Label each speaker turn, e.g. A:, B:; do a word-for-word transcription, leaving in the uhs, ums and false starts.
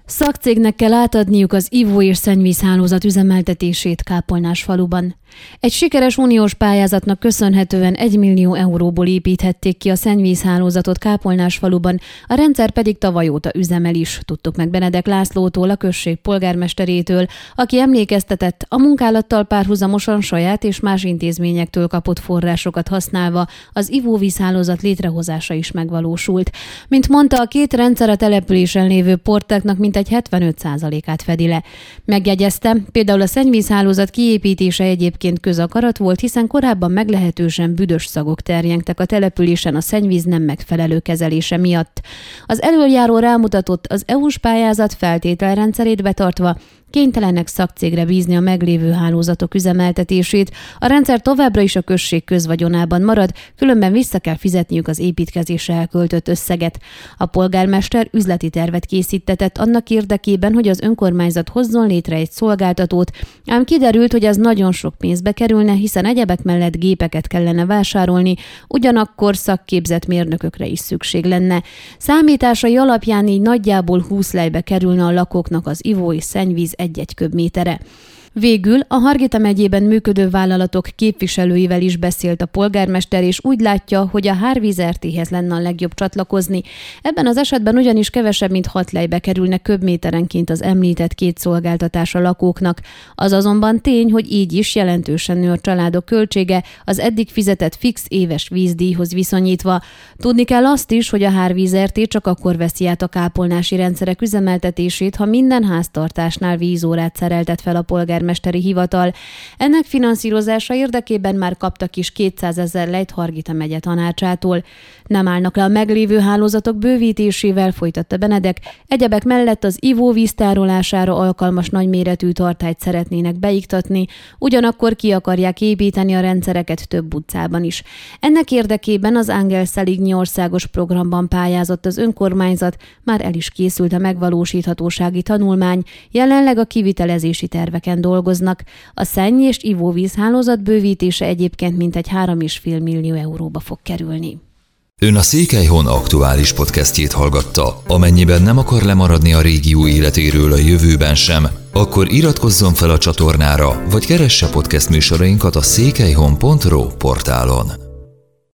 A: Szakcégnek kell átadniuk az ivó- és szennyvízhálózat üzemeltetését Kápolnásfaluban. Egy sikeres uniós pályázatnak köszönhetően egy millió euróból építhették ki a szennyvízhálózatot Kápolnásfaluban, a rendszer pedig tavaly óta üzemel is, tudtuk meg Benedek Lászlótól, a község polgármesterétől, aki emlékeztetett, a munkálattal párhuzamosan saját és más intézményektől kapott forrásokat használva az ivóvízhálózat létrehozása is megvalósult. Mint mondta, a két rendszer a településen lévő portáknak mintegy hetvenöt százalékát fedi le. Megjegyezte, például a szennyvízhálózat kiépítése egyébként közakarat volt, hiszen korábban meglehetősen büdös szagok terjengtek a településen a szennyvíz nem megfelelő kezelése miatt. Az elöljáró rámutatott, az é u-s pályázat feltételrendszerét betartva kénytelenek szakcégre bízni a meglévő hálózatok üzemeltetését, a rendszer továbbra is a község közvagyonában marad, különben vissza kell fizetniük az építkezésre elköltött összeget. A polgármester üzleti tervet készítetett annak érdekében, hogy az önkormányzat hozzon létre egy szolgáltatót, ám kiderült, hogy ez nagyon sok pénzbe kerülne, hiszen egyebek mellett gépeket kellene vásárolni, ugyanakkor szakképzett mérnökökre is szükség lenne. Számításai alapján így nagyjából húsz lejbe kerülne a lakóknak az ivó és szennyvíz egy-egy köbmétere. Végül a Hargita megyében működő vállalatok képviselőivel is beszélt a polgármester, és úgy látja, hogy a Hárvíz er té-hez lenne a legjobb csatlakozni. Ebben az esetben ugyanis kevesebb, mint hat lejbe kerülne köbméterenként az említett két szolgáltatás a lakóknak. Az azonban tény, hogy így is jelentősen nő a családok költsége az eddig fizetett fix éves vízdíjhoz viszonyítva. Tudni kell azt is, hogy a Hárvíz er té csak akkor veszi át a kápolnási rendszerek üzemeltetését, ha minden háztartásnál vízórát szereltet fel a polgármester mesteri hivatal. Ennek finanszírozása érdekében már kaptak is kétszázezer lejt Hargita megye tanácsától. Nem állnak le a meglévő hálózatok bővítésével, folytatta Benedek. Egyebek mellett az ivóvíz tárolására alkalmas nagyméretű tartályt szeretnének beiktatni, ugyanakkor ki akarják építeni a rendszereket több utcában is. Ennek érdekében az Ángel Szeligny országos programban pályázott az önkormányzat, már el is készült a megvalósíthatósági tanulmány, jelenleg a kivitelezési terveken dolgoznak. A szenny- és ivóvízhálózat bővítése egyébként mintegy három egész öt millió euróba fog kerülni.
B: Ön a Székelyhon aktuális podcastjét hallgatta. Amennyiben nem akar lemaradni a régió életéről a jövőben sem, akkor iratkozzon fel a csatornára, vagy keresse podcast műsorainkat a székelyhon pont ro portálon.